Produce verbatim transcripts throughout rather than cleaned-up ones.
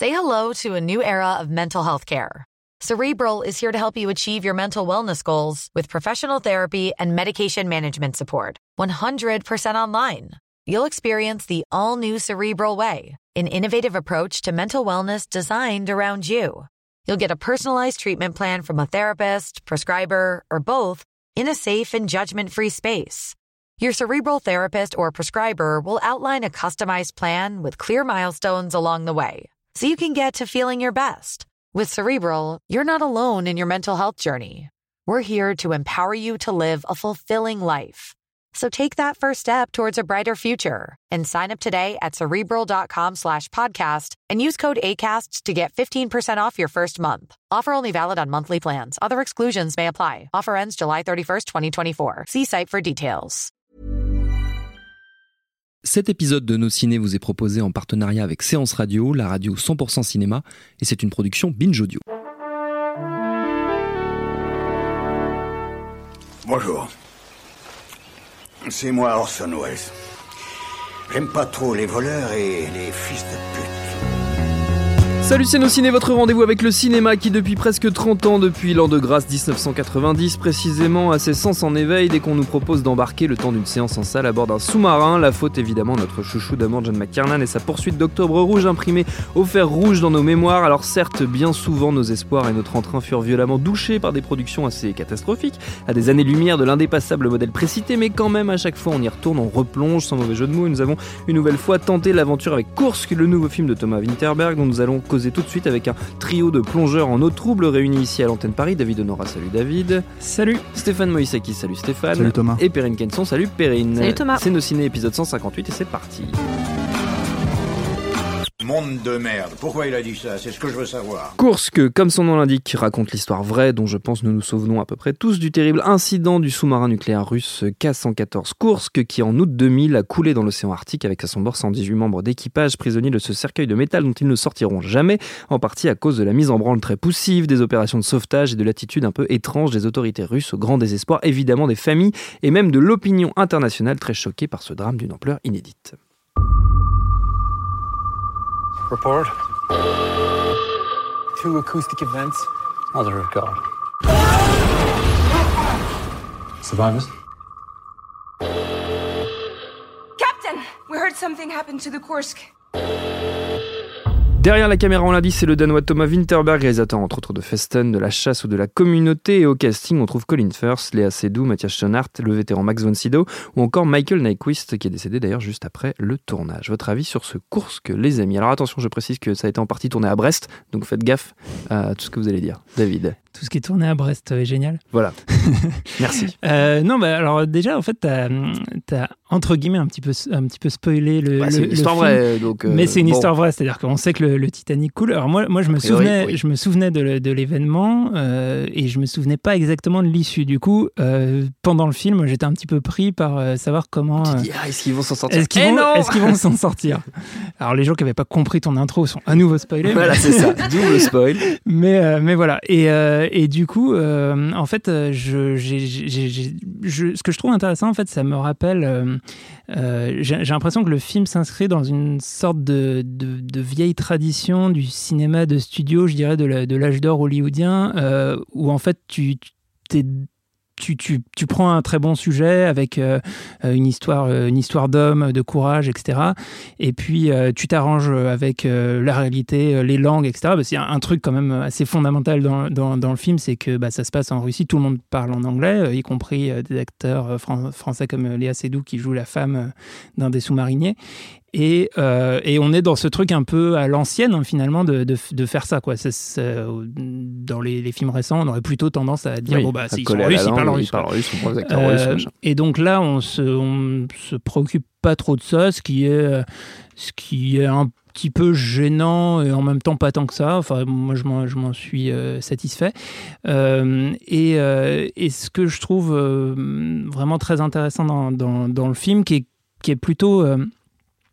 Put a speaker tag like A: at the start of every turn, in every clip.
A: Say hello to a new era of mental health care. Cerebral is here to help you achieve your mental wellness goals with professional therapy and medication management support. one hundred percent online. You'll experience the all-new Cerebral Way, an innovative approach to mental wellness designed around you. You'll get a personalized treatment plan from a therapist, prescriber, or both in a safe and judgment-free space. Your Cerebral therapist or prescriber will outline a customized plan with clear milestones along the way, so you can get to feeling your best. With Cerebral, you're not alone in your mental health journey. We're here to empower you to live a fulfilling life. So take that first step towards a brighter future and sign up today at Cerebral.com slash podcast and use code ACAST to get fifteen percent off your first month. Offer only valid on monthly plans. Other exclusions may apply. Offer ends July thirty-first, twenty twenty-four. See site for details.
B: Cet épisode de Nos Ciné vous est proposé en partenariat avec Séance Radio, la radio cent pour cent cinéma, et c'est une production Binge Audio.
C: Bonjour. C'est moi Orson Welles. J'aime pas trop les voleurs et les fils de pute.
B: Salut, c'est Nos Ciné, votre rendez-vous avec le cinéma qui depuis presque trente ans, depuis l'an de grâce dix-neuf cent quatre-vingt-dix précisément, a ses sens en éveil dès qu'on nous propose d'embarquer le temps d'une séance en salle à bord d'un sous-marin. La faute évidemment notre chouchou d'amour John McTiernan et sa poursuite d'Octobre Rouge imprimée au fer rouge dans nos mémoires. Alors certes, bien souvent nos espoirs et notre entrain furent violemment douchés par des productions assez catastrophiques, à des années-lumière de l'indépassable modèle précité, mais quand même à chaque fois on y retourne, on replonge sans mauvais jeu de mots et nous avons une nouvelle fois tenté l'aventure avec Kursk, le nouveau film de Thomas Vinterberg dont nous allons causer tout de suite avec un trio de plongeurs en eau trouble réunis ici à l'antenne Paris. David Honora, salut David.
D: Salut.
B: Stéphane Moïsaki, salut Stéphane.
E: Salut Thomas.
B: Et Perrine Kenson, salut Perrine.
D: Salut Thomas.
B: C'est Nos Ciné épisode cent cinquante-huit et c'est parti.
C: Monde de merde. Pourquoi il a dit ça? C'est ce que je veux savoir.
B: Kursk, comme son nom l'indique, raconte l'histoire vraie dont je pense nous nous souvenons à peu près tous du terrible incident du sous-marin nucléaire russe K cent quatorze Kursk qui en août deux mille a coulé dans l'océan Arctique avec à son bord cent dix-huit membres d'équipage prisonniers de ce cercueil de métal dont ils ne sortiront jamais, en partie à cause de la mise en branle très poussive des opérations de sauvetage et de l'attitude un peu étrange des autorités russes au grand désespoir évidemment des familles et même de l'opinion internationale très choquée par ce drame d'une ampleur inédite.
F: Report. Two acoustic events. Mother of God. Survivors?
G: Captain! We heard something happened to the Kursk.
B: Derrière la caméra, on l'a dit, c'est le Danois Thomas Vinterberg, réalisateur entre autres de Festen, de La Chasse ou de La Communauté. Et au casting, on trouve Colin Firth, Léa Seydoux, Matthias Schoenaerts, le vétéran Max von Sydow ou encore Michael Nyqvist, qui est décédé d'ailleurs juste après le tournage. Votre avis sur ce Kursk, les amis? Alors attention, je précise que ça a été en partie tourné à Brest, donc faites gaffe à tout ce que vous allez dire. David?
D: Tout ce qui est tourné à Brest est génial.
B: Voilà. Merci.
D: Euh, non, bah alors déjà, en fait, t'as, t'as entre guillemets un petit peu, un petit peu spoilé le,
B: bah,
D: le,
B: c'est une
D: le
B: histoire
D: film.
B: vraie, donc. Euh,
D: mais c'est une
B: bon.
D: histoire vraie, c'est-à-dire qu'on sait que le, le Titanic coule. Alors moi, moi, je me
B: priori,
D: souvenais,
B: oui.
D: je me souvenais de, de l'événement euh, et je me souvenais pas exactement de l'issue. Du coup, euh, pendant le film, j'étais un petit peu pris par euh, savoir comment.
B: Tu
D: Euh,
B: dis, ah, est-ce qu'ils vont s'en sortir?
D: Est-ce qu'ils,
B: Eh
D: vont,
B: non
D: est-ce qu'ils vont s'en sortir? Alors les gens qui n'avaient pas compris ton intro sont à nouveau spoilés.
B: Voilà,
D: mais...
B: c'est ça. Double spoil.
D: Mais, euh, mais voilà. Et, euh, et du coup, euh, en fait, je, j'ai, j'ai, j'ai, je, ce que je trouve intéressant, en fait, ça me rappelle... Euh, euh, j'ai, j'ai l'impression que le film s'inscrit dans une sorte de, de, de vieille tradition du cinéma de studio, je dirais, de, la, de l'âge d'or hollywoodien, euh, où en fait, tu... T'es, Tu, tu, tu prends un très bon sujet avec euh, une, histoire, une histoire d'homme, de courage, et cetera. Et puis, euh, tu t'arranges avec euh, la réalité, les langues, et cetera. Parce qu'il y a un truc quand même assez fondamental dans, dans, dans le film, c'est que bah, ça se passe en Russie, tout le monde parle en anglais, euh, y compris euh, des acteurs euh, fran- français comme Léa Seydoux qui joue la femme euh, d'un des sous-mariniers. Et, euh, et on est dans ce truc un peu à l'ancienne, hein, finalement, de, de, de faire ça, quoi. C'est, c'est, dans les, les films récents, on aurait plutôt tendance à dire
B: Oui,
D: bon, bah, s'ils
B: coller
D: sont
B: à la
D: russes, ils
B: langue,
D: parlent en
B: ils
D: russe.
B: parlent en russe, on prend les acteurs
D: Euh,
B: russes, machin.
D: et donc là, on se, on se préoccupe pas trop de ça, ce qui est, ce qui est un petit peu gênant et en même temps pas tant que ça. Enfin, moi, je m'en, je m'en suis euh, satisfait. Euh, et, euh, et ce que je trouve euh, vraiment très intéressant dans, dans, dans le film, qui est, qui est plutôt... Euh,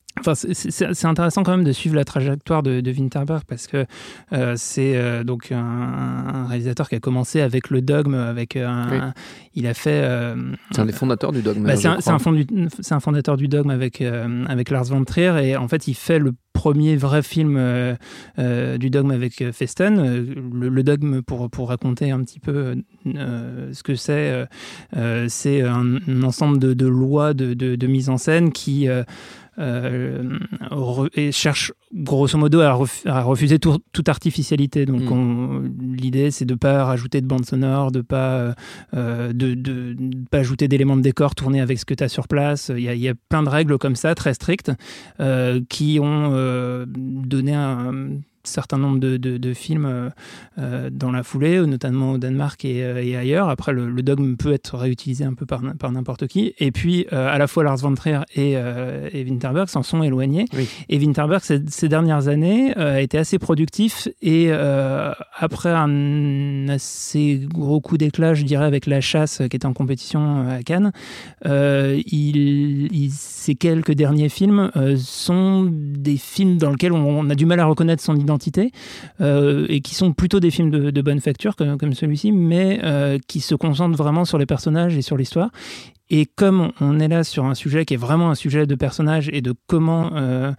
D: Enfin, c'est, c'est, c'est intéressant quand même de suivre la trajectoire de, de Winterberg parce que euh, c'est euh, donc un, un réalisateur qui a commencé avec le Dogme, avec un, oui. un, il a fait. Euh,
B: c'est un des fondateurs du Dogme.
D: Bah, c'est, un, c'est, un fondu, c'est un fondateur du Dogme avec euh, avec Lars von Trier et en fait il fait le premier vrai film euh, euh, du Dogme avec Festen. Euh, le, le Dogme, pour, pour raconter un petit peu euh, ce que c'est, euh, c'est un, un ensemble de, de lois de, de, de mise en scène qui euh, euh, re, et cherche grosso modo à, ref, à refuser tout, toute artificialité. Donc mmh. on, l'idée, c'est de ne pas rajouter de bande sonore, de ne pas, euh, de, de, de pas ajouter d'éléments de décor tournés avec ce que tu as sur place. Il y a, il y a plein de règles comme ça, très strictes, euh, qui ont euh, donné un certain nombre de, de, de films euh, dans la foulée, notamment au Danemark et, et ailleurs. Après, le, le Dogme peut être réutilisé un peu par, par n'importe qui. Et puis, euh, à la fois Lars von Trier et, euh, et Winterberg s'en sont éloignés. Oui. Et Winterberg, ces, ces dernières années, euh, a été assez productif. Et euh, après un assez gros coup d'éclat, je dirais, avec La Chasse, qui était en compétition à Cannes, euh, il, il, ces quelques derniers films euh, sont des films dans lesquels on, on a du mal à reconnaître son identité. Identité, euh, et qui sont plutôt des films de, de bonne facture comme, comme celui-ci, mais euh, qui se concentrent vraiment sur les personnages et sur l'histoire. Et comme on est là sur un sujet qui est vraiment un sujet de personnage et de comment euh,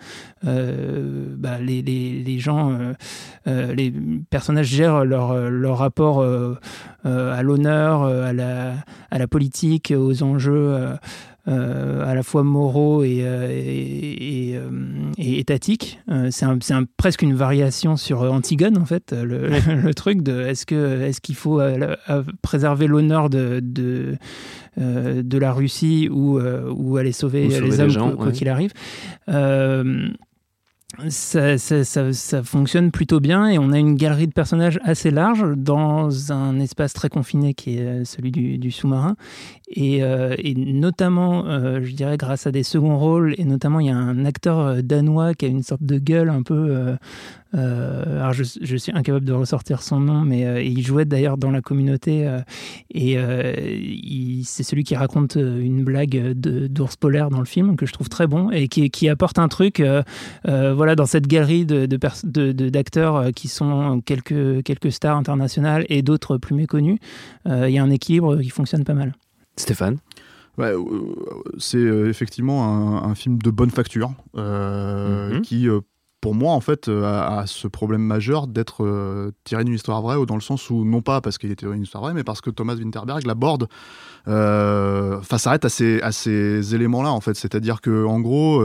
D: euh, bah, les, les, les gens, euh, euh, les personnages gèrent leur, leur rapport euh, euh, à l'honneur, à la, à la politique, aux enjeux euh, Euh, à la fois moraux et, euh, et, et, euh, et étatiques. Euh, c'est un, c'est un, presque une variation sur Antigone, en fait, le, ouais. le, le truc de est-ce, que, est-ce qu'il faut euh, euh, préserver l'honneur de, de, euh, de la Russie ou, euh, ou aller sauver, ou sauver les hommes, gens, quoi, ouais. quoi qu'il arrive. Euh, Ça, ça, ça, ça fonctionne plutôt bien et on a une galerie de personnages assez large dans un espace très confiné qui est celui du, du sous-marin et, euh, et notamment euh, je dirais grâce à des seconds rôles et notamment il y a un acteur danois qui a une sorte de gueule un peu euh, euh, alors je, je suis incapable de ressortir son nom mais euh, il jouait d'ailleurs dans La Communauté euh, et euh, il, c'est celui qui raconte une blague de, d'ours polaire dans le film que je trouve très bon et qui, qui apporte un truc euh, euh, voilà, dans cette galerie de, de, pers- de, de, d'acteurs qui sont quelques, quelques stars internationales et d'autres plus méconnus, il euh, y a un équilibre qui fonctionne pas mal.
B: Stéphane ?
E: Ouais, euh, c'est euh, effectivement un, un film de bonne facture euh, mm-hmm. qui, euh, pour moi, en fait, euh, a, a ce problème majeur d'être euh, tiré d'une histoire vraie, ou dans le sens où, non pas parce qu'il est tiré d'une histoire vraie, mais parce que Thomas Winterberg l'aborde, enfin, euh, s'arrête à ces, à ces éléments-là, en fait. C'est-à-dire qu'en gros... Euh,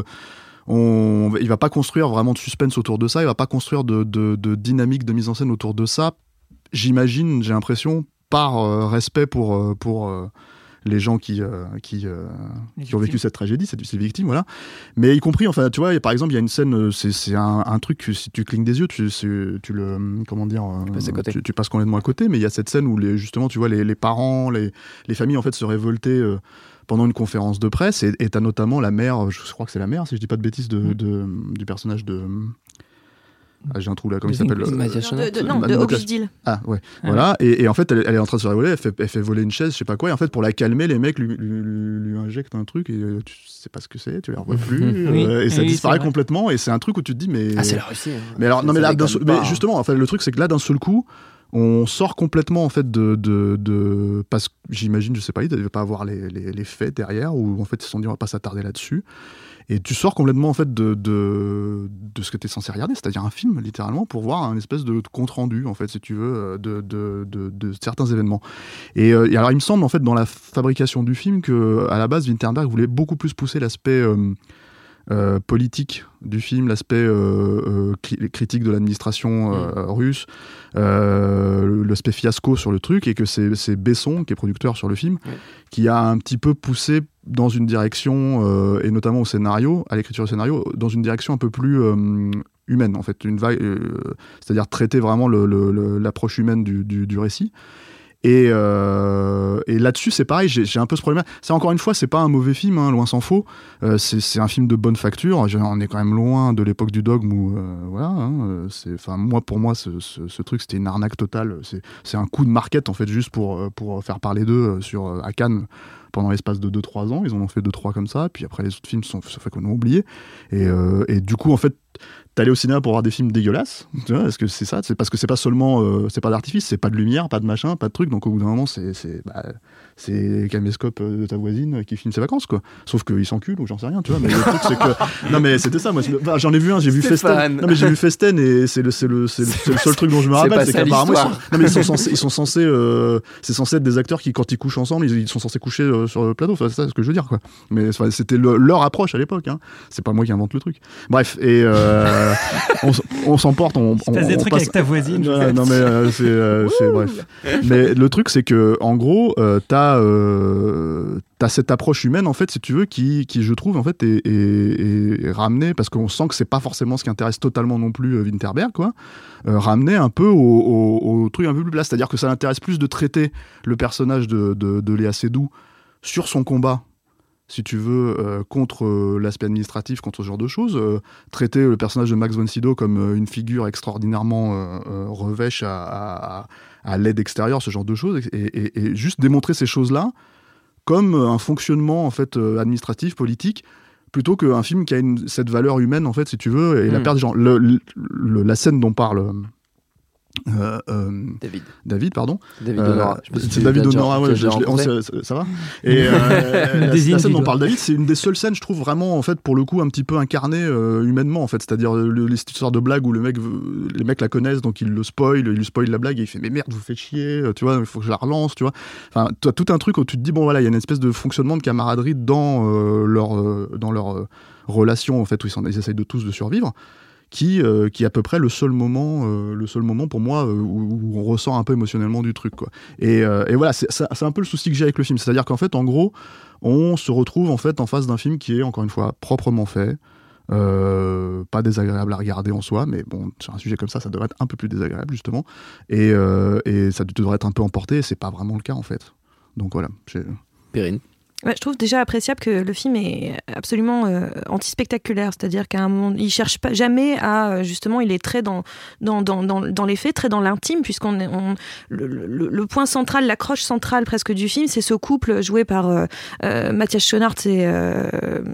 E: On, il va pas construire vraiment de suspense autour de ça, il va pas construire de, de, de dynamique de mise en scène autour de ça, j'imagine, j'ai l'impression, par euh, respect pour, euh, pour euh, les gens qui, euh, qui, euh, qui ont vécu cette tragédie, ces, ces victimes, voilà. Mais y compris, enfin, tu vois, par exemple, il y a une scène, c'est, c'est un, un truc, si tu clignes des yeux, tu, tu le, comment dire,
B: tu passes, à côté.
E: Tu, tu passes complètement à côté, mais il y a cette scène où, les, justement, tu vois, les, les parents, les, les familles, en fait, se révoltaient euh, pendant une conférence de presse, et tu as notamment la mère, je crois que c'est la mère, si je dis pas de bêtises, de, de, du personnage de... Ah, j'ai un trou là, comment il s'appelle
H: de, de, Non, de August Dill.
E: Ah ouais, ah, voilà, ouais. Et, et en fait, elle, elle est en train de se révoler, elle fait, elle fait voler une chaise, je sais pas quoi, et en fait, pour la calmer, les mecs lui, lui, lui injectent un truc, et tu sais pas ce que c'est, tu les revois plus, oui, euh, et ça oui, disparaît complètement, et c'est un truc où tu te dis, mais...
B: Ah, c'est la Russie. Hein.
E: Mais alors, non, mais là, mais justement, en fait, le truc, c'est que là, d'un seul coup, on sort complètement en fait de, de, de parce que j'imagine, je sais pas, il ne devait pas avoir les, les, les faits derrière, ou en fait ils se sont dit on va pas s'attarder là-dessus, et tu sors complètement en fait de, de, de ce que tu es censé regarder, c'est-à-dire un film littéralement, pour voir un espèce de compte rendu en fait, si tu veux, de, de, de, de certains événements. Et, euh, et alors il me semble en fait dans la fabrication du film que à la base Winterberg voulait beaucoup plus pousser l'aspect euh, Euh, politique du film, l'aspect euh, euh, cl- critique de l'administration euh, mmh. russe, euh, l'aspect fiasco sur le truc, et que c'est, c'est Besson, qui est producteur sur le film, mmh. qui a un petit peu poussé dans une direction, euh, et notamment au scénario, à l'écriture du scénario, dans une direction un peu plus euh, humaine, en fait, une vague, euh, c'est-à-dire traiter vraiment le, le, le, l'approche humaine du, du, du récit. Et, euh, et là-dessus, c'est pareil, j'ai, j'ai un peu ce problème. C'est encore une fois, c'est pas un mauvais film, hein, loin s'en faut. Euh, c'est, c'est un film de bonne facture. On est quand même loin de l'époque du Dogme où, euh, voilà. Hein, c'est, enfin, moi, pour moi, ce, ce, ce truc, c'était une arnaque totale. C'est, c'est un coup de market en fait, juste pour pour faire parler d'eux sur à Cannes, pendant l'espace de deux trois ans. Ils en ont fait deux trois comme ça, puis après les autres films sont ça fait qu'on a oublié. Et, euh, et du coup, en fait, t'allais au cinéma pour voir des films dégueulasses, tu vois, est-ce que c'est ça? C'est parce que c'est pas seulement, euh, c'est pas d'artifice, c'est pas de lumière, pas de machin, pas de truc, donc au bout d'un moment, c'est, c'est, bah, c'est le caméscope de ta voisine qui filme ses vacances, quoi. Sauf qu'il s'encule ou j'en sais rien, tu vois, mais le truc, c'est que. Non, mais c'était ça, moi, bah, j'en ai vu un, j'ai vu Festen. Non, mais j'ai vu Festen et c'est le, c'est le, c'est le, c'est le seul truc dont je me rappelle, c'est, c'est qu'apparemment, ils sont, non, mais ils sont censés, ils sont censés, euh, c'est censé être des acteurs qui, quand ils couchent ensemble, ils, ils sont censés coucher euh, sur le plateau, enfin, c'est ça ce que je veux dire, quoi. Mais c'était le, leur approche à l'époque, hein. C'est pas moi qui invente le truc. Bref, et. Euh, on, on s'emporte, on, on,
D: passe des
E: on
D: trucs
E: passe...
D: avec ta voisine.
E: Non, non mais euh, c'est, euh, c'est bref. Mais le truc c'est que en gros, euh, t'as euh, t'as cette approche humaine en fait, si tu veux, qui, qui je trouve en fait est, est, est ramenée parce qu'on sent que c'est pas forcément ce qui intéresse totalement non plus Winterberg, quoi. Euh, ramener un peu au, au, au truc un peu plus plat, c'est-à-dire que ça l'intéresse plus de traiter le personnage de, de, de Léa Seydoux sur son combat, si tu veux, euh, contre euh, l'aspect administratif, contre ce genre de choses, euh, traiter le personnage de Max von Sydow comme euh, une figure extraordinairement euh, euh, revêche à, à, à l'aide extérieure, ce genre de choses, et, et, et juste démontrer ces choses-là comme un fonctionnement en fait euh, administratif, politique, plutôt qu'un film qui a une, cette valeur humaine, en fait, si tu veux, et mmh. la perte des gens. Le, le, la scène dont parle... Euh, euh,
B: David.
E: David, pardon.
B: David Honora.
E: Euh, c'est David Honora, ouais, je, je on, ça, ça va. Et euh, la, la scène dont parle David, c'est une des seules scènes, je trouve vraiment, en fait, pour le coup, un petit peu incarnée euh, humainement, en fait. C'est-à-dire le, les histoires de blagues où le mec, les mecs la connaissent, donc ils le spoilent, ils lui spoilent la blague et il fait mais merde, vous faites chier, tu vois, il faut que je la relance, tu vois. Enfin, tu as tout un truc où tu te dis bon voilà, il y a une espèce de fonctionnement de camaraderie dans euh, leur euh, dans leur euh, relation en fait où ils, ils essayent de tous de survivre. Qui, euh, qui est à peu près le seul moment, euh, le seul moment pour moi euh, où, où on ressent un peu émotionnellement du truc, quoi. Et, euh, et voilà, c'est, c'est un peu le souci que j'ai avec le film, c'est-à-dire qu'en fait, en gros, on se retrouve en fait en face d'un film qui est encore une fois proprement fait, euh, pas désagréable à regarder en soi, mais bon, sur un sujet comme ça, ça devrait être un peu plus désagréable justement, et, euh, et ça devrait être un peu emporté, et c'est pas vraiment le cas en fait. Donc voilà. J'ai...
B: Perrine.
H: Ouais, je trouve déjà appréciable que le film est absolument euh, anti-spectaculaire, c'est-à-dire qu'à un moment, il cherche pas jamais à, justement, il est très dans dans dans dans, dans les faits, très dans l'intime, puisqu'on est, on, le, le, le point central, l'accroche centrale presque du film, c'est ce couple joué par euh, euh, Matthias Schoenaerts et euh,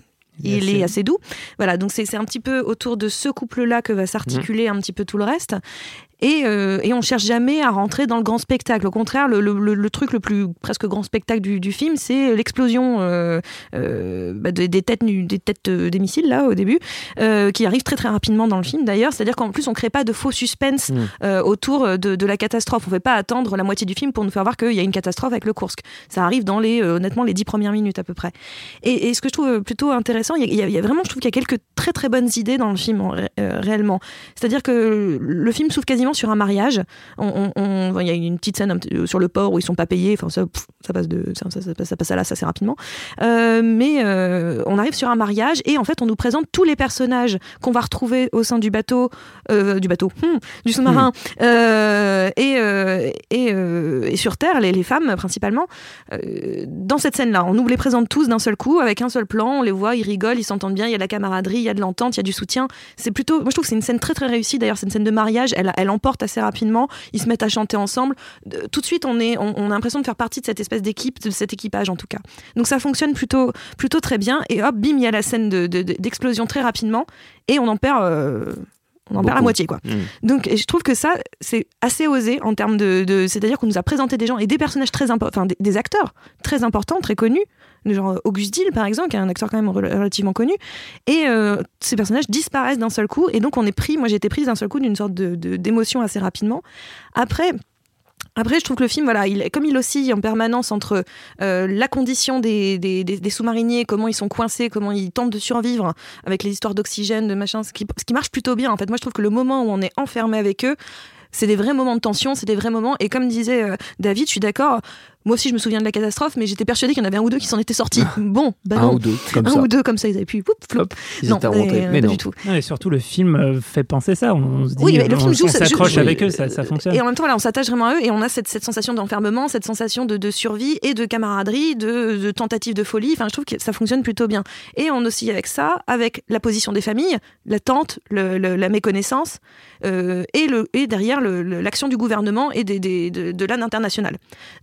H: il est assez doux. Voilà, donc c'est c'est un petit peu autour de ce couple-là que va s'articuler mmh. un petit peu tout le reste. Et, euh, et on cherche jamais à rentrer dans le grand spectacle. Au contraire, le, le, le truc le plus presque grand spectacle du, du film, c'est l'explosion euh, euh, bah des, des têtes, des têtes des missiles là au début, euh, qui arrive très très rapidement dans le film d'ailleurs. C'est-à-dire qu'en plus on crée pas de faux suspense mmh. euh, autour de, de la catastrophe. On fait pas attendre la moitié du film pour nous faire voir qu'il y a une catastrophe avec le Kursk. Ça arrive dans les euh, honnêtement les dix premières minutes à peu près. Et, et ce que je trouve plutôt intéressant, il y, y, y a vraiment, je trouve qu'il y a quelques très très bonnes idées dans le film en, euh, réellement. C'est-à-dire que le film s'ouvre quasiment sur un mariage. On, on, on, il y a une petite scène sur le port où ils sont pas payés. Enfin, ça, pff, ça passe de, ça, ça, ça, ça passe à là, ça assez rapidement. Euh, mais euh, on arrive sur un mariage et en fait, on nous présente tous les personnages qu'on va retrouver au sein du bateau, euh, du bateau, hum, du sous-marin, hum. euh, et, euh, et, euh, et sur Terre, les, les femmes principalement. Euh, dans cette scène-là, on nous les présente tous d'un seul coup, avec un seul plan. On les voit, ils rigolent, ils s'entendent bien. Il y a de la camaraderie, il y a de l'entente, il y a du soutien. C'est plutôt, moi, je trouve que c'est une scène très très réussie. D'ailleurs, c'est une scène de mariage. Elle, elle emporte assez rapidement, ils se mettent à chanter ensemble. Tout de suite, on, est, on, on a l'impression de faire partie de cette espèce d'équipe, de cet équipage en tout cas. Donc ça fonctionne plutôt, plutôt très bien. Et hop, bim, il y a la scène de, de, de, d'explosion très rapidement et on en perd, euh, on en perd la moitié, quoi. Mmh. Donc et je trouve que ça, c'est assez osé en termes de, de... C'est-à-dire qu'on nous a présenté des gens et des personnages très importants, enfin des, des acteurs très importants, très connus, genre Auguste Dill par exemple, qui est un acteur quand même relativement connu, et euh, ces personnages disparaissent d'un seul coup, et donc on est pris, moi j'ai été prise d'un seul coup d'une sorte de, de, d'émotion assez rapidement. Après, Après, je trouve que le film, voilà, il, comme il oscille en permanence entre euh, la condition des, des, des, des sous-mariniers, comment ils sont coincés, comment ils tentent de survivre avec les histoires d'oxygène, de machin, ce qui, ce qui marche plutôt bien. En fait, moi, je trouve que le moment où on est enfermé avec eux, c'est des vrais moments de tension, c'est des vrais moments. Et comme disait euh, David, je suis d'accord. Moi aussi, je me souviens de la catastrophe, mais j'étais persuadée qu'il y en avait un ou deux qui s'en étaient sortis. Bon, bah non.
B: Un ou deux, comme
H: un
B: ça.
H: Un ou deux, comme ça, ils avaient pu, whoop, flop.
B: Ils
H: non,
B: étaient remontés, mais
H: pas
B: non.
H: du tout.
D: Non, et surtout, le film euh, fait penser ça. On se dit,
H: oui, mais le
D: on,
H: film joue,
D: on s'accroche
H: je,
D: avec
H: je,
D: eux, ça, ça fonctionne.
H: Et en même temps, là, on s'attache vraiment à eux et on a cette, cette sensation d'enfermement, cette sensation de, de survie et de camaraderie, de, de tentative de folie. Enfin, je trouve que ça fonctionne plutôt bien. Et on oscille avec ça, avec la position des familles, l'attente, le, le, la méconnaissance, euh, et, le, et derrière le, le, l'action du gouvernement et des, des, de, de l'aide internationale. Donc, on est vraiment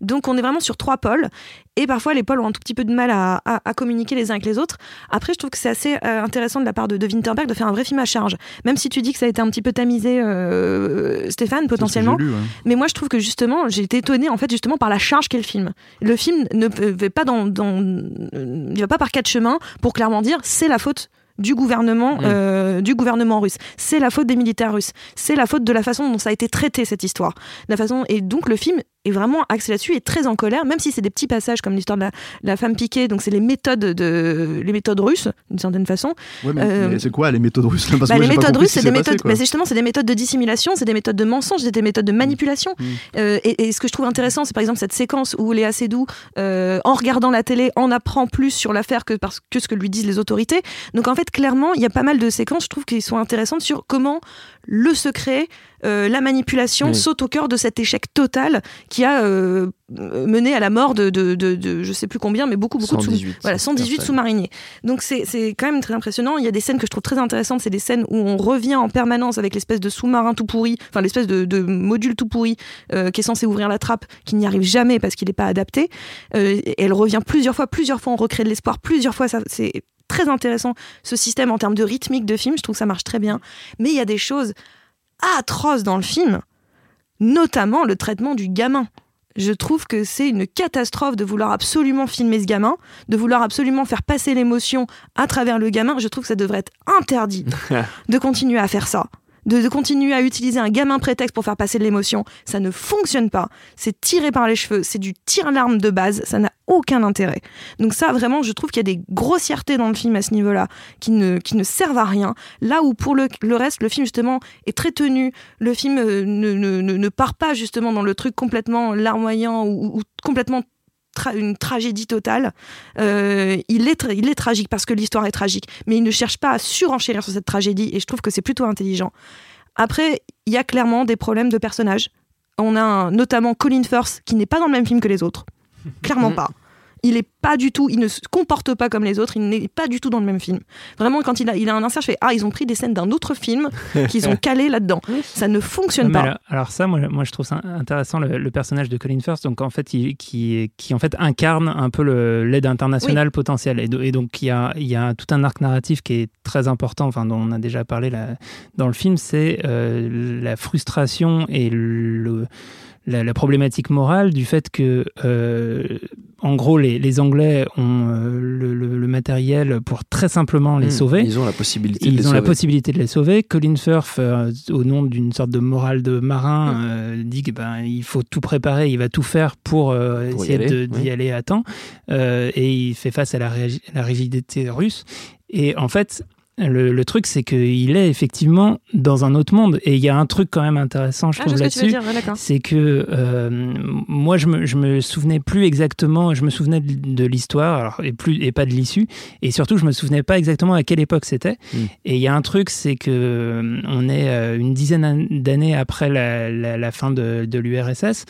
H: vraiment sur trois pôles. Et parfois, les pôles ont un tout petit peu de mal à, à, à communiquer les uns avec les autres. Après, je trouve que c'est assez euh, intéressant de la part de, de Winterberg de faire un vrai film à charge. Même si tu dis que ça a été un petit peu tamisé, euh, Stéphane, potentiellement. Lu, ouais. Mais moi, je trouve que justement, j'ai été étonnée, en fait, justement, par la charge qu'est le film. Le film ne va pas dans, dans, il va pas par quatre chemins pour clairement dire c'est la faute du gouvernement, mmh. euh, du gouvernement russe. C'est la faute des militaires russes. C'est la faute de la façon dont ça a été traité, cette histoire. La façon... Et donc, le film est vraiment axé là-dessus et très en colère, même si c'est des petits passages comme l'histoire de la, la femme piquée, donc c'est les méthodes, de, les méthodes russes, d'une certaine façon.
E: Ouais, mais, euh, mais c'est quoi les méthodes russes? Parce
H: bah,
E: que
H: les méthodes russes, c'est des
E: passé,
H: méthodes, bah, c'est justement, c'est des méthodes de dissimulation, c'est des méthodes de mensonge, c'est des méthodes de manipulation. Mmh. Euh, et, et ce que je trouve intéressant, c'est par exemple cette séquence où Léa Seydoux, euh, en regardant la télé, en apprend plus sur l'affaire que, parce, que ce que lui disent les autorités. Donc en fait, clairement, il y a pas mal de séquences, je trouve, qui sont intéressantes sur comment le secret, euh, la manipulation, oui. saute au cœur de cet échec total qui a euh, mené à la mort de, de, de, de je sais plus combien, mais beaucoup, beaucoup
B: cent dix-huit,
H: de sous, voilà, cent dix-huit sous-mariniers. Donc c'est, c'est quand même très impressionnant. Il y a des scènes que je trouve très intéressantes, c'est des scènes où on revient en permanence avec l'espèce de sous-marin tout pourri, enfin l'espèce de, de module tout pourri euh, qui est censé ouvrir la trappe, qui n'y arrive jamais parce qu'il n'est pas adapté. Euh, et elle revient plusieurs fois, plusieurs fois on recrée de l'espoir, plusieurs fois, ça, c'est très intéressant ce système en termes de rythmique de film, je trouve que ça marche très bien. Mais il y a des choses atroces dans le film, notamment le traitement du gamin. Je trouve que c'est une catastrophe de vouloir absolument filmer ce gamin, de vouloir absolument faire passer l'émotion à travers le gamin. Je trouve que ça devrait être interdit de continuer à faire ça. De, de continuer à utiliser un gamin prétexte pour faire passer de l'émotion. Ça ne fonctionne pas. C'est tiré par les cheveux. C'est du tir-larme de base. Ça n'a aucun intérêt. Donc ça, vraiment, je trouve qu'il y a des grossièretés dans le film à ce niveau-là qui ne, qui ne servent à rien. Là où, pour le, le reste, le film, justement, est très tenu. Le film euh, ne, ne, ne part pas, justement, dans le truc complètement larmoyant ou, ou complètement Tra- une tragédie totale. Euh, il, est tra- il est tragique parce que l'histoire est tragique, mais il ne cherche pas à surenchérir sur cette tragédie et je trouve que c'est plutôt intelligent. Après, il y a clairement des problèmes de personnages. On a un, notamment Colin Firth qui n'est pas dans le même film que les autres. Clairement pas. Il est pas du tout, il ne se comporte pas comme les autres, il n'est pas du tout dans le même film. Vraiment, quand il a, il a un insert, je fais ah, ils ont pris des scènes d'un autre film qu'ils ont calé là-dedans. Ça ne fonctionne
D: mais
H: pas.
D: Alors, alors ça, moi, moi, je trouve ça intéressant le, le personnage de Colin Firth, donc en fait, il, qui, qui en fait incarne un peu le, l'aide internationale oui. potentielle, et, do, et donc il y a, il y a tout un arc narratif qui est très important, enfin dont on a déjà parlé là, dans le film, c'est euh, la frustration et le La, la problématique morale du fait que, euh, en gros, les, les Anglais ont euh, le, le, le matériel pour très simplement les mmh, sauver.
B: Ils ont la possibilité
D: ils
B: de les
D: ont
B: sauver.
D: la possibilité de les sauver. Colin Firth, euh, au nom d'une sorte de morale de marin, mmh. euh, dit qu'il ben, faut tout préparer, il va tout faire pour, euh, pour essayer de, d'y oui. aller à temps. Euh, et il fait face à la, régi- la rigidité russe. Et en fait... Le, le truc, c'est qu'il est effectivement dans un autre monde. Et il y a un truc quand même intéressant, je
H: ah,
D: trouve,
H: je
D: là-dessus.
H: dire, ouais,
D: c'est que euh, moi, je me, je me souvenais plus exactement, je me souvenais de, de l'histoire alors, et, plus, et pas de l'issue. Et surtout, je me souvenais pas exactement à quelle époque c'était. Mm. Et il y a un truc, c'est que on est une dizaine d'années après la, la, la fin de, de l'U R S S.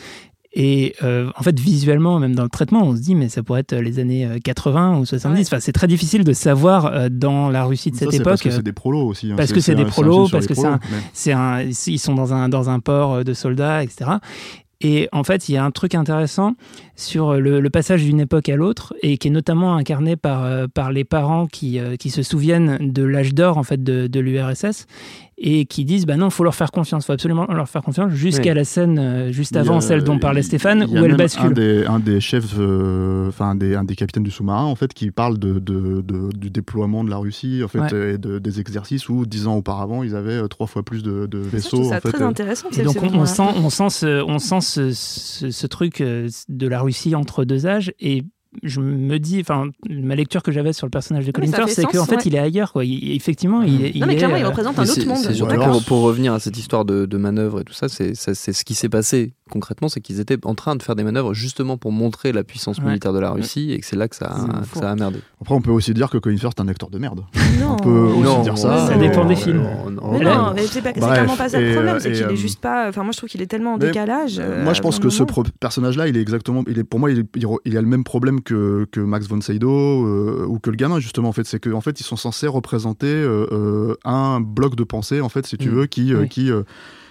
D: Et euh, en fait, visuellement, même dans le traitement, on se dit, mais ça pourrait être les années quatre-vingts ou soixante-dix. Ouais. Enfin, c'est très difficile de savoir euh, dans la Russie de
E: ça,
D: cette
E: c'est
D: époque.
E: Parce que c'est des prolos aussi. Hein.
D: Parce
E: c'est,
D: que c'est, c'est des prolos, parce que c'est un,
E: mais...
D: c'est un, ils sont dans un, dans un port de soldats, et cetera. Et en fait, il y a un truc intéressant sur le, le passage d'une époque à l'autre, et qui est notamment incarné par, euh, par les parents qui, euh, qui se souviennent de l'âge d'or en fait, de, de l'U R S S, et qui disent bah non, il faut leur faire confiance, il faut absolument leur faire confiance, jusqu'à oui. la scène euh, juste avant, a, celle dont parlait Stéphane, où elle bascule.
E: Un des, un des chefs, enfin euh, un, un des capitaines du sous-marin, en fait, qui parle de, de, de, du déploiement de la Russie, en fait, ouais. et de, des exercices où dix ans auparavant, ils avaient trois fois plus de, de vaisseaux.
H: C'est
E: en fait,
H: très intéressant.
D: Et donc on, on sent, on sent ce, on sent ce, ce, ce truc de la Russie entre deux âges, et je me dis, enfin, ma lecture que j'avais sur le personnage de Colin Firth, c'est qu'en fait, ouais. il est ailleurs, quoi. Il, effectivement, il, il
H: non, mais
D: est.
H: clairement, il représente un autre monde.
B: C'est surtout pour, pour revenir à cette histoire de, de manœuvre et tout ça, c'est, c'est, c'est ce qui s'est passé concrètement, c'est qu'ils étaient en train de faire des manœuvres justement pour montrer la puissance ouais. militaire de la Russie, et que c'est là que ça a, que ça a merdé.
E: Après, on peut aussi dire que Colin Firth est un acteur de merde.
H: Non.
E: On peut aussi
B: non,
E: dire ça.
D: Ça dépend des films.
B: Non, non,
H: mais non, mais c'est, pas, c'est clairement pas ça le problème, c'est qu'il
E: euh,
H: est juste pas. Enfin, moi, je trouve qu'il est tellement en décalage.
E: Euh, moi, je pense que ce pro- personnage-là, il est exactement. Il est, pour moi, il, est, il a le même problème que, que Max von Sydow euh, ou que le gamin, justement. En fait, c'est qu'en fait, ils sont censés représenter euh, un bloc de pensée, en fait, si tu veux, qui. Euh, oui. qui euh,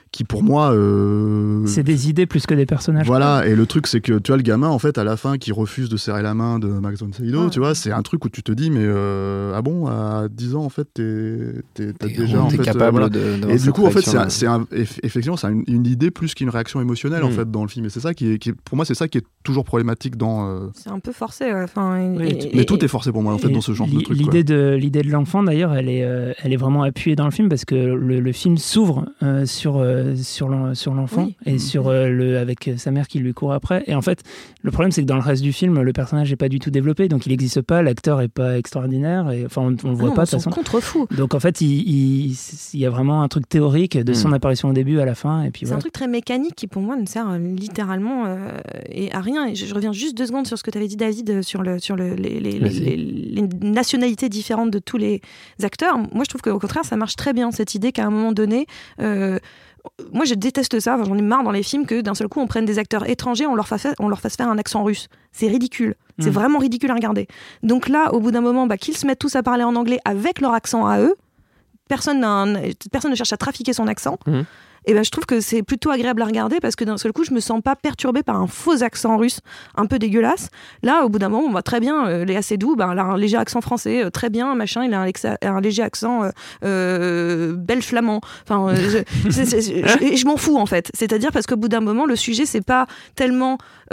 E: qui pour moi euh...
D: c'est des idées plus que des personnages.
E: Voilà, et le truc c'est que tu as le gamin en fait à la fin qui refuse de serrer la main de Max von Sydow,
H: ouais.
E: tu vois, c'est un truc où tu te dis mais euh, ah bon, à dix ans en fait t'es, t'es, t'as
B: t'es,
E: déjà en fait,
B: capable
E: euh, voilà.
B: de,
E: et du coup en fait c'est, un, c'est un, effectivement c'est une, une idée plus qu'une réaction émotionnelle mmh. en fait dans le film, et c'est ça qui est, qui est pour moi c'est ça qui est toujours problématique dans euh...
H: c'est un peu forcé ouais. Enfin, et,
E: oui,
H: et,
E: mais
H: et,
E: tout est forcé pour moi en fait dans ce genre de truc.
D: L'idée de, l'idée de l'enfant d'ailleurs elle est, euh, elle est vraiment appuyée dans le film parce que le, le film s'ouvre euh, sur, euh, sur, l'en, sur l'enfant oui. et mmh. sur, euh, le, avec sa mère qui lui court après, et en fait le problème c'est que dans le reste du film le personnage n'est pas du tout développé, donc il n'existe pas, l'acteur n'est pas extraordinaire, et, enfin on ne le voit
H: non,
D: pas
H: de
D: toute façon.
H: Contre-fou.
D: Donc en fait il, il, il y a vraiment un truc théorique de mmh. son apparition au début à la fin, et puis
H: c'est
D: voilà.
H: un truc très mécanique qui pour moi ne sert littéralement euh, et à rien, et je, je reviens juste deux secondes sur ce que tu avais dit David sur, le, sur le, les, les, les, les, les nationalités différentes de tous les acteurs. Moi je trouve qu'au contraire ça marche très bien, cette idée qu'à un moment donné euh, moi je déteste ça, enfin, j'en ai marre dans les films que d'un seul coup on prenne des acteurs étrangers, on leur fasse, on leur fasse faire un accent russe. C'est ridicule, mmh. c'est vraiment ridicule à regarder. Donc là au bout d'un moment bah, qu'ils se mettent tous à parler en anglais avec leur accent à eux, personne, n'a un, personne ne cherche à trafiquer son accent. Mmh. Et ben, je trouve que c'est plutôt agréable à regarder parce que d'un seul coup, je me sens pas perturbée par un faux accent russe un peu dégueulasse. Là, au bout d'un moment, on voit très bien, euh, Léa Seydoux, ben, elle a un léger accent français, euh, très bien, machin, il a un, lexa, un léger accent euh, euh, belge flamand. Enfin, euh, je, c'est, c'est, je, je m'en fous en fait. C'est-à-dire parce qu'au bout d'un moment, le sujet, c'est pas tellement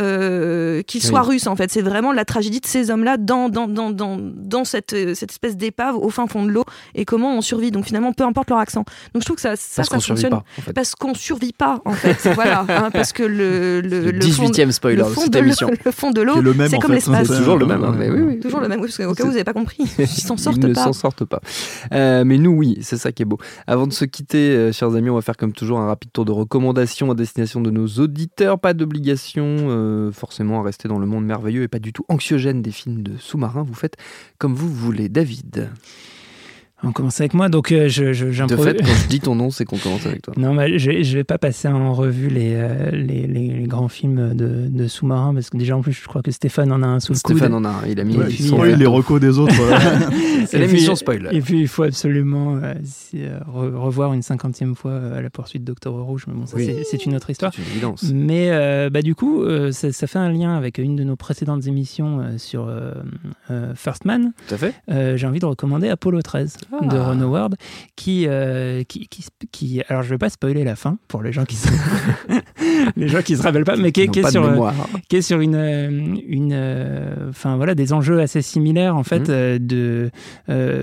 H: euh, qu'il soit oui. russe en fait, c'est vraiment la tragédie de ces hommes-là dans, dans, dans, dans, dans cette, cette espèce d'épave au fin fond de l'eau et comment on survit. Donc finalement, peu importe leur accent. Donc je trouve que ça, ça,
B: parce
H: ça fonctionne.
B: Pas, en fait.
H: Parce qu'on survit pas en fait, voilà, hein, parce que le, le,
B: le, le dix-huitième spoiler
H: de cette
B: de
H: émission, le, le fond de l'eau, c'est,
E: même,
H: c'est comme
E: fait,
H: l'espace.
B: C'est toujours le même, hein, mais oui, oui.
H: Toujours le même, oui, parce qu'au cas où vous n'avez pas compris, ils s'en sortent
B: ils
H: pas.
B: Ils ne s'en sortent pas. Euh, mais nous, oui, c'est ça qui est beau. Avant de se quitter, euh, chers amis, on va faire comme toujours un rapide tour de recommandations à destination de nos auditeurs. Pas d'obligation euh, forcément à rester dans le monde merveilleux et pas du tout anxiogène des films de sous-marins. Vous faites comme vous voulez, David.
D: On commence avec moi, donc euh, je, je, j'improvise.
B: De fait, quand je dis ton nom, c'est qu'on commence avec toi.
D: Non, mais je, je vais pas passer en revue les, euh, les, les, les grands films de, de sous-marins, parce que déjà, en plus, je crois que Stéphane en a un sous le coude.
B: Stéphane en a un, il a mis...
E: Ouais, ils sont euh, les recos des autres.
B: C'est l'émission spoiler.
D: Et puis, il faut absolument euh, si, euh, revoir une cinquantième fois euh, La poursuite de Docteur Rouge, mais bon, ça, oui. c'est, c'est une autre histoire.
B: C'est une évidence.
D: Mais euh, bah, du coup, euh, ça, ça fait un lien avec une de nos précédentes émissions euh, sur euh, euh, First Man.
B: Tout à fait.
D: Euh, j'ai envie de recommander Apollo treize ah. de Ron Howard. Qui, euh, qui, qui, qui, alors je vais pas spoiler la fin pour les gens qui se, les gens qui se rappellent pas, mais qui, qui, est, sur, euh, qui est sur une, une, euh, enfin voilà, des enjeux assez similaires en fait. Mmh. Euh, de, euh,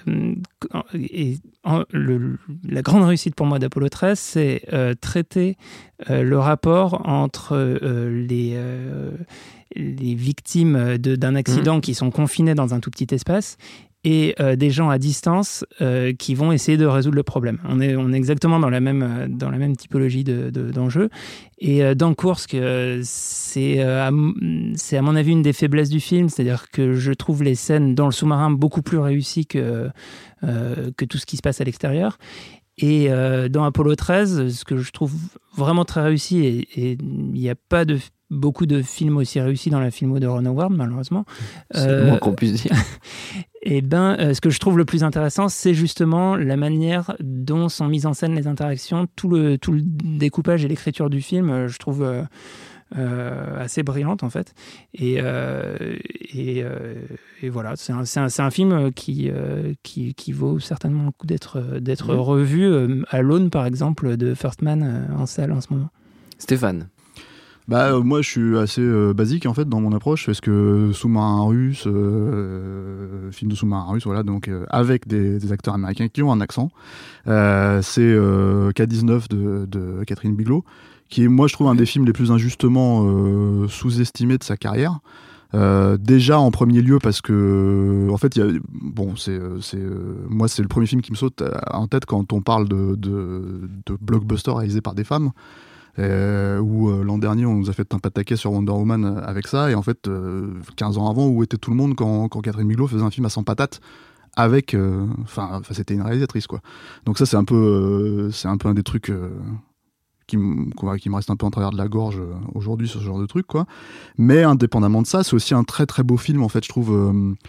D: et en, le, la grande réussite pour moi d'Apollo treize, c'est euh, traiter euh, le rapport entre euh, les euh, les victimes de, d'un accident mmh. qui sont confinées dans un tout petit espace et euh, des gens à distance euh, qui vont essayer de résoudre le problème. On est, on est exactement dans la même, dans la même typologie de, de, d'enjeu. Et euh, dans Kursk, euh, c'est, euh, à, c'est à mon avis une des faiblesses du film, c'est-à-dire que je trouve les scènes dans le sous-marin beaucoup plus réussies que, euh, que tout ce qui se passe à l'extérieur. Et euh, dans Apollo treize, ce que je trouve vraiment très réussi, et il n'y a pas de beaucoup de films aussi réussis dans la filmo de Ron Howard, malheureusement.
B: C'est euh, le moins qu'on puisse dire.
D: Et ben, euh, ce que je trouve le plus intéressant, c'est justement la manière dont sont mises en scène les interactions, tout le, tout le découpage et l'écriture du film, euh, je trouve euh, euh, assez brillante en fait. Et, euh, et, euh, et voilà, c'est un, c'est un, c'est un film qui, euh, qui, qui vaut certainement le coup d'être, d'être mmh. revu euh, à l'aune, par exemple, de First Man euh, en salle en ce moment.
B: Stéphane.
E: Bah, euh, moi, je suis assez euh, basique en fait dans mon approche, parce que sous-marin russe, euh, film de sous-marin russe, voilà, donc euh, avec des, des acteurs américains qui ont un accent. Euh, c'est euh, K dix-neuf de, de Catherine Bigelow, qui est, moi, je trouve un des films les plus injustement euh, sous-estimés de sa carrière. Euh, déjà en premier lieu parce que en fait, y a, bon, c'est, c'est, euh, moi, c'est le premier film qui me saute en tête quand on parle de, de, de blockbuster réalisé par des femmes. Euh, où euh, l'an dernier on nous a fait un pataquès sur Wonder Woman avec ça, et en fait euh, quinze ans avant, où était tout le monde quand, quand Catherine Bigelow faisait un film à cent patates avec enfin euh, c'était une réalisatrice quoi. Donc ça c'est un peu euh, c'est un peu un des trucs euh, qui, m- qui me reste un peu en travers de la gorge euh, aujourd'hui sur ce genre de truc quoi. Mais indépendamment de ça, c'est aussi un très très beau film en fait, je trouve, euh,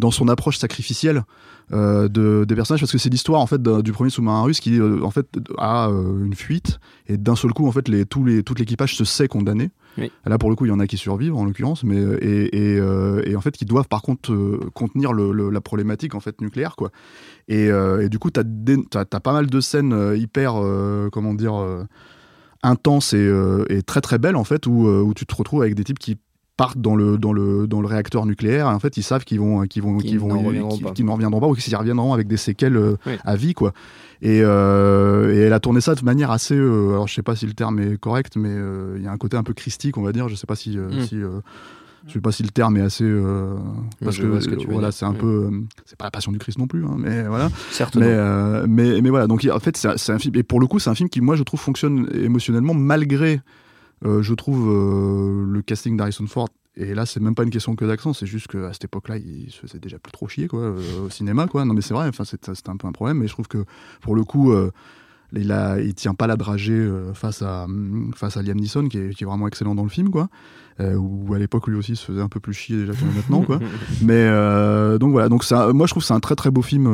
E: dans son approche sacrificielle euh, de, des personnages, parce que c'est l'histoire en fait du premier sous-marin russe qui euh, en fait a euh, une fuite et d'un seul coup en fait les, tous les, tout l'équipage se sait condamné. Oui. Là pour le coup il y en a qui survivent en l'occurrence, mais et, et, euh, et en fait qui doivent par contre euh, contenir le, le, la problématique en fait nucléaire quoi. Et, euh, et du coup t'as, des, t'as, t'as pas mal de scènes euh, hyper euh, comment dire euh, intenses et, euh, et très très belles en fait où, euh, où tu te retrouves avec des types qui partent dans le, dans le, dans le réacteur nucléaire et en fait ils savent qu'ils vont qu'ils vont, qu'ils, qu'ils n'en, vont, reviendront qu'ils, qu'ils n'en reviendront pas ou qu'ils y reviendront avec des séquelles euh, oui. à vie quoi. Et, euh, et elle a tourné ça de manière assez euh, alors je sais pas si le terme est correct mais il euh, y a un côté un peu christique on va dire, je sais pas si, euh, mm. si euh, je sais pas si le terme est assez euh, parce je que, que tu voilà c'est un mm. peu euh, c'est pas la passion du Christ non plus hein, mais voilà
B: certes
E: mais, euh, mais mais voilà donc en fait c'est, c'est un film et pour le coup c'est un film qui moi je trouve fonctionne émotionnellement malgré Euh, je trouve euh, le casting d'Harrison Ford, et là c'est même pas une question que d'accent, c'est juste qu'à cette époque-là il se faisait déjà plus trop chier quoi, euh, au cinéma quoi. Non mais c'est vrai, enfin, c'est, c'est un peu un problème, mais je trouve que pour le coup euh, il, a, il tient pas la dragée euh, face, à, face à Liam Neeson qui est, qui est vraiment excellent dans le film quoi. Euh, où à l'époque lui aussi se faisait un peu plus chier déjà que maintenant quoi. Mais euh, donc voilà, donc ça, moi je trouve que c'est un très très beau film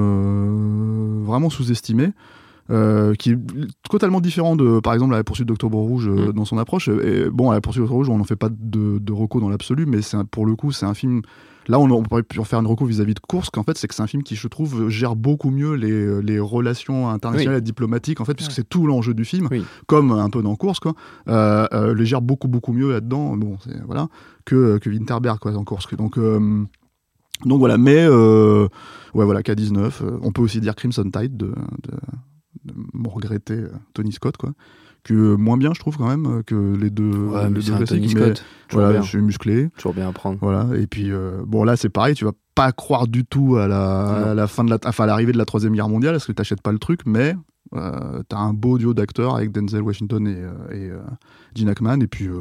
E: euh, vraiment sous-estimé. Euh, qui est totalement différent de, par exemple, La Poursuite d'Octobre Rouge euh, mmh. dans son approche. Et bon, à La Poursuite d'Octobre Rouge, on n'en fait pas de, de reco dans l'absolu, mais c'est un, pour le coup, c'est un film. Là, on, on pourrait en faire une reco vis-à-vis de Kursk. En fait, c'est que c'est un film qui, je trouve, gère beaucoup mieux les, les relations internationales oui. et diplomatiques, en fait, puisque ouais. c'est tout l'enjeu du film, oui. comme un peu dans Kursk, quoi. Euh, euh, les gère beaucoup, beaucoup mieux là-dedans, bon, c'est, voilà, que, que Winterberg, quoi, dans Kursk. Donc. Euh, donc voilà, mais euh, ouais, voilà, K dix-neuf. Euh, on peut aussi dire Crimson Tide de. de de mon regretté euh, Tony Scott quoi, que euh, moins bien je trouve quand même euh, que les deux,
B: ouais,
E: les
B: deux
E: classiques,
B: Tony Scott
E: voilà,
B: bien.
E: Je suis musclé
B: toujours bien à prendre
E: voilà et puis euh, bon là c'est pareil, tu vas pas croire du tout à la, à la fin de la enfin à l'arrivée de la troisième guerre mondiale parce que t'achètes pas le truc, mais euh, t'as un beau duo d'acteurs avec Denzel Washington et, euh, et euh, Gene Hackman et puis euh,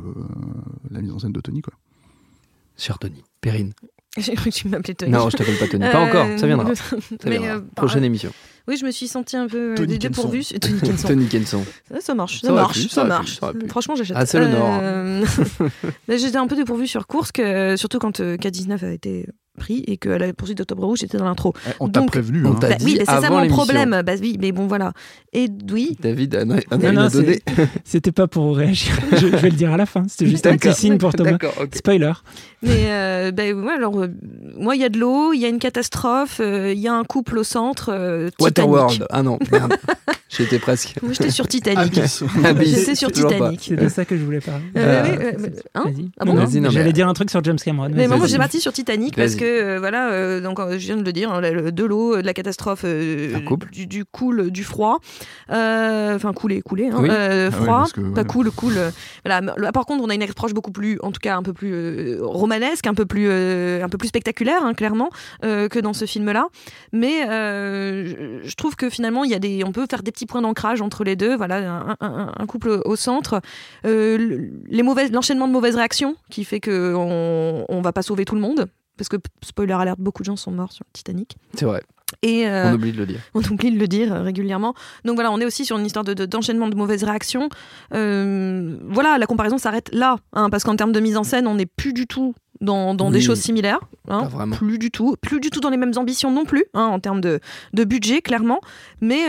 E: la mise en scène de Tony quoi.
B: Cher Tony, Perrine.
H: J'ai cru que tu m'appelais Tony.
B: Non, je t'appelle pas Tony. Pas euh, encore, ça viendra. Ça mais viendra. Euh, Prochaine euh, émission.
H: Oui, je me suis sentie un peu
E: Tony
H: dépourvue.
E: Tony
H: Kenson.
B: Tony Kenson.
H: Ça, ça marche, ça,
B: ça
H: marche,
B: pu,
H: ça, ça marche.
B: Pu, ça
H: Franchement, j'achète.
B: Ah, c'est le Nord.
H: Euh... J'étais un peu dépourvue sur Kursk, euh, surtout quand euh, K dix-neuf a été pris et que La Poursuite d'Octobre Rouge était dans l'intro.
E: Eh, on t'a
H: donc,
E: prévenu.
B: On
E: hein.
B: t'a
H: bah,
B: dit
H: oui, mais c'est
B: avant
H: ça mon
B: l'émission.
H: problème. Bah oui, mais bon voilà. Et oui.
B: David a, a, a
D: non, non, donné. C'était pas pour réagir. je, je vais le dire à la fin. C'était juste un petit signe pour Thomas. Okay. Spoiler.
H: Mais euh, bah, ouais, alors euh, moi il y a de l'eau, il y a une catastrophe, il euh, y a un couple au centre. Euh,
B: Waterworld. Ah non, merde. J'étais presque.
H: Moi j'étais sur Titanic.
E: Abyss.
H: J'étais sur Titanic.
D: C'est de ça que je voulais parler.
H: Euh, euh, euh, hein
D: Vas-y.
H: Ah bon
D: non,
B: Vas-y, non,
D: J'allais
B: mais...
D: dire un truc sur James Cameron.
H: Mais moi,
D: moi
H: j'ai parti sur Titanic
B: Vas-y.
H: parce que euh, voilà, euh, donc je viens de le dire, hein, de l'eau, de la catastrophe, euh, du, du cool, du froid, enfin euh, couler, couler, hein,
B: oui.
H: euh, froid,
E: ah ouais, que,
H: pas
E: ouais.
H: cool, cool. Euh, voilà. Là, par contre, on a une approche beaucoup plus, en tout cas un peu plus euh, romanesque, un peu plus, euh, un peu plus spectaculaire, hein, clairement, euh, que dans ce film-là. Mais euh, je, je trouve que finalement, il y a des, on peut faire des petits points d'ancrage entre les deux. Voilà, un, un, un couple au centre, euh, les mauvaises, l'enchaînement de mauvaises réactions qui fait que on, on va pas sauver tout le monde. Parce que, spoiler alert, beaucoup de gens sont morts sur le Titanic.
B: C'est vrai.
H: Et euh,
B: on oublie de le dire.
H: On oublie de le dire euh, régulièrement. Donc voilà, on est aussi sur une histoire de, de, d'enchaînement de mauvaises réactions. Euh, voilà, la comparaison s'arrête là. Hein, parce qu'en termes de mise en scène, on n'est plus du tout dans, dans oui, des choses similaires. Hein, plus du tout. Plus du tout dans les mêmes ambitions non plus, hein, en termes de, de budget, clairement. Mais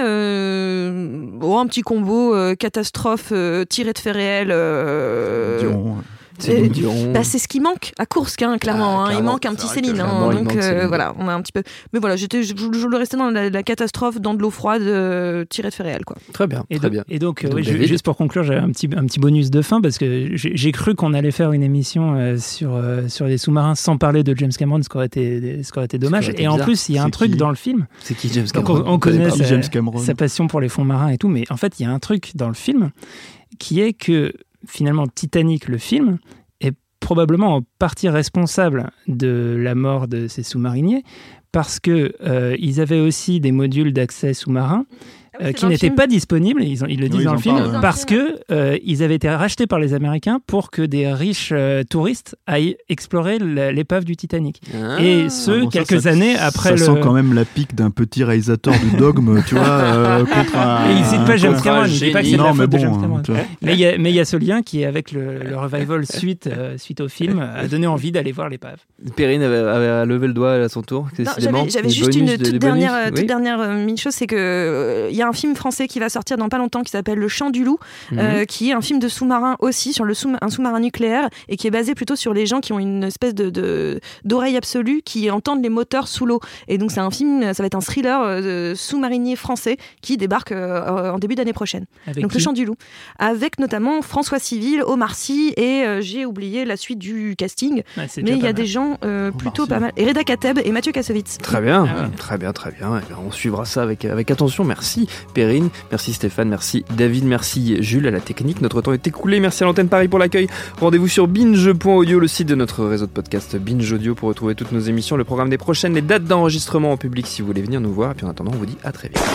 H: euh, oh, un petit combo euh, catastrophe euh, tiré de faits réels. Euh,
E: Dion, ouais.
B: C'est,
H: bah, c'est ce qui manque à Kursk, hein, clairement, ah, hein. Il manque un petit Céline. Hein, donc euh, voilà, on a un petit peu. Mais voilà, j'étais, je, je voulais rester dans la, la catastrophe, dans de l'eau froide, euh, tirée de faits réels, quoi.
B: Très bien,
D: et
B: très
D: do-
B: bien.
D: Et donc,
B: et donc
D: oui, je, juste pour conclure, j'avais un petit, un petit bonus de fin parce que j'ai, j'ai cru qu'on allait faire une émission euh, sur euh, sur les sous-marins sans parler de James Cameron, ce qui aurait été, ce qui aurait été dommage.
B: Aurait été
D: et
B: bizarre.
D: en plus, il y a
E: c'est
D: un truc
E: qui
D: dans le film.
B: C'est qui James Cameron?
D: Donc on, on connaît sa,
E: James Cameron.
D: sa passion pour les fonds marins et tout, mais en fait, il y a un truc dans le film qui est que finalement, Titanic, le film, probablement en partie responsable de la mort de ces sous-mariniers parce que euh, ils avaient aussi des modules d'accès sous-marin euh, qui n'étaient pas disponibles, ils, ont, ils le disent oui, dans le film, parlent, ouais. parce que euh, ils avaient été rachetés par les Américains pour que des riches euh, touristes aillent explorer l'épave du Titanic. Ah. Et ce, ah bon, quelques ça, années ça, après
E: ça
D: le...
E: Ça sent quand même la pique d'un petit réalisateur du Dogme, tu vois, euh, contre un...
D: Et il cite pas James Cameron, il dit pas que c'est de la faute bon, de James Cameron. Mais il y, y a ce lien qui, avec le, le revival suite, euh, suite au film, a donné envie d'aller voir l'épave.
B: Perrine avait, avait levé le doigt à son tour.
H: J'avais, j'avais juste bonus, une toute de, dernière, bonus, toute oui. dernière euh, mini-chose, c'est qu'il euh, y a un film français qui va sortir dans pas longtemps qui s'appelle Le Chant du Loup, mm-hmm. euh, qui est un film de sous-marin aussi, sur le sous- un sous-marin nucléaire, et qui est basé plutôt sur les gens qui ont une espèce de, de, d'oreille absolue, qui entendent les moteurs sous l'eau. Et donc c'est un film, ça va être un thriller euh, sous-marinier français qui débarque euh, en début d'année prochaine. Avec donc qui? Le Chant du Loup. Avec notamment François Civil, Omar Sy, et euh, j'ai oublié la suite du casting, ouais, mais il y a des gens euh, plutôt pas mal. Et Reda Kateb et Mathieu Kassovitz.
B: Très bien, ah ouais. très bien, très bien. On suivra ça avec, avec attention. Merci Perrine, merci Stéphane, merci David, merci Jules à la technique. Notre temps est écoulé. Merci à l'antenne Paris pour l'accueil. Rendez-vous sur binge point audio, le site de notre réseau de podcast Binge Audio, pour retrouver toutes nos émissions, le programme des prochaines, les dates d'enregistrement en public si vous voulez venir nous voir. Et puis en attendant, on vous dit à très vite.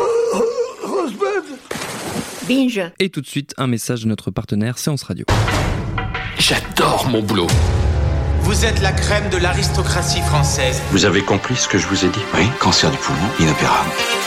I: Binge.
B: Et tout de suite, un message de notre partenaire Séance Radio.
J: J'adore mon boulot.
K: Vous êtes la crème de l'aristocratie française.
J: Vous avez compris ce que je vous ai dit? Oui, cancer du poumon, inopérable.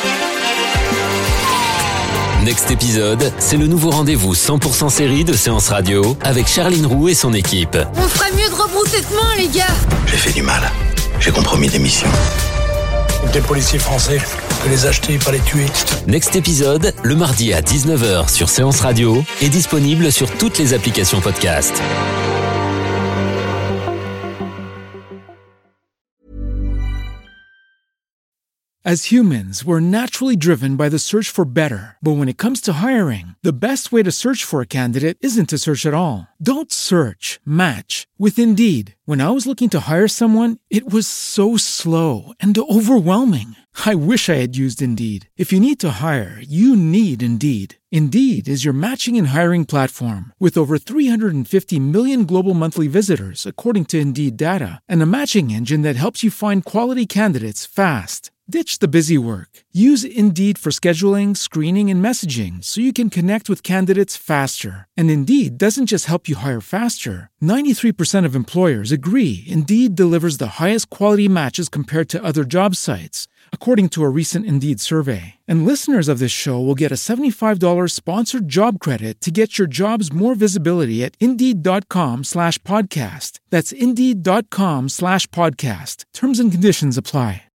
L: Next épisode, c'est le nouveau rendez-vous cent pour cent série de Séance Radio avec Charline Roux et son équipe.
M: On ferait mieux de rebrousser chemin, les gars.
C: J'ai fait du mal. J'ai compromis des missions.
N: Des policiers français, que les acheter, pas les tuer.
L: Next épisode, le mardi à dix-neuf heures sur Séance Radio, est disponible sur toutes les applications podcast.
O: As humans, we're naturally driven by the search for better. But when it comes to hiring, the best way to search for a candidate isn't to search at all. Don't search, match with Indeed. When I was looking to hire someone, it was so slow and overwhelming. I wish I had used Indeed. If you need to hire, you need Indeed. Indeed is your matching and hiring platform with over three hundred fifty million global monthly visitors, according to Indeed data, and a matching engine that helps you find quality candidates fast. Ditch the busy work. Use Indeed for scheduling, screening, and messaging so you can connect with candidates faster. And Indeed doesn't just help you hire faster. ninety-three percent of employers agree Indeed delivers the highest quality matches compared to other job sites, according to a recent Indeed survey. And listeners of this show will get a seventy-five dollars sponsored job credit to get your jobs more visibility at Indeed.com slash podcast. That's Indeed.com slash podcast. Terms and conditions apply.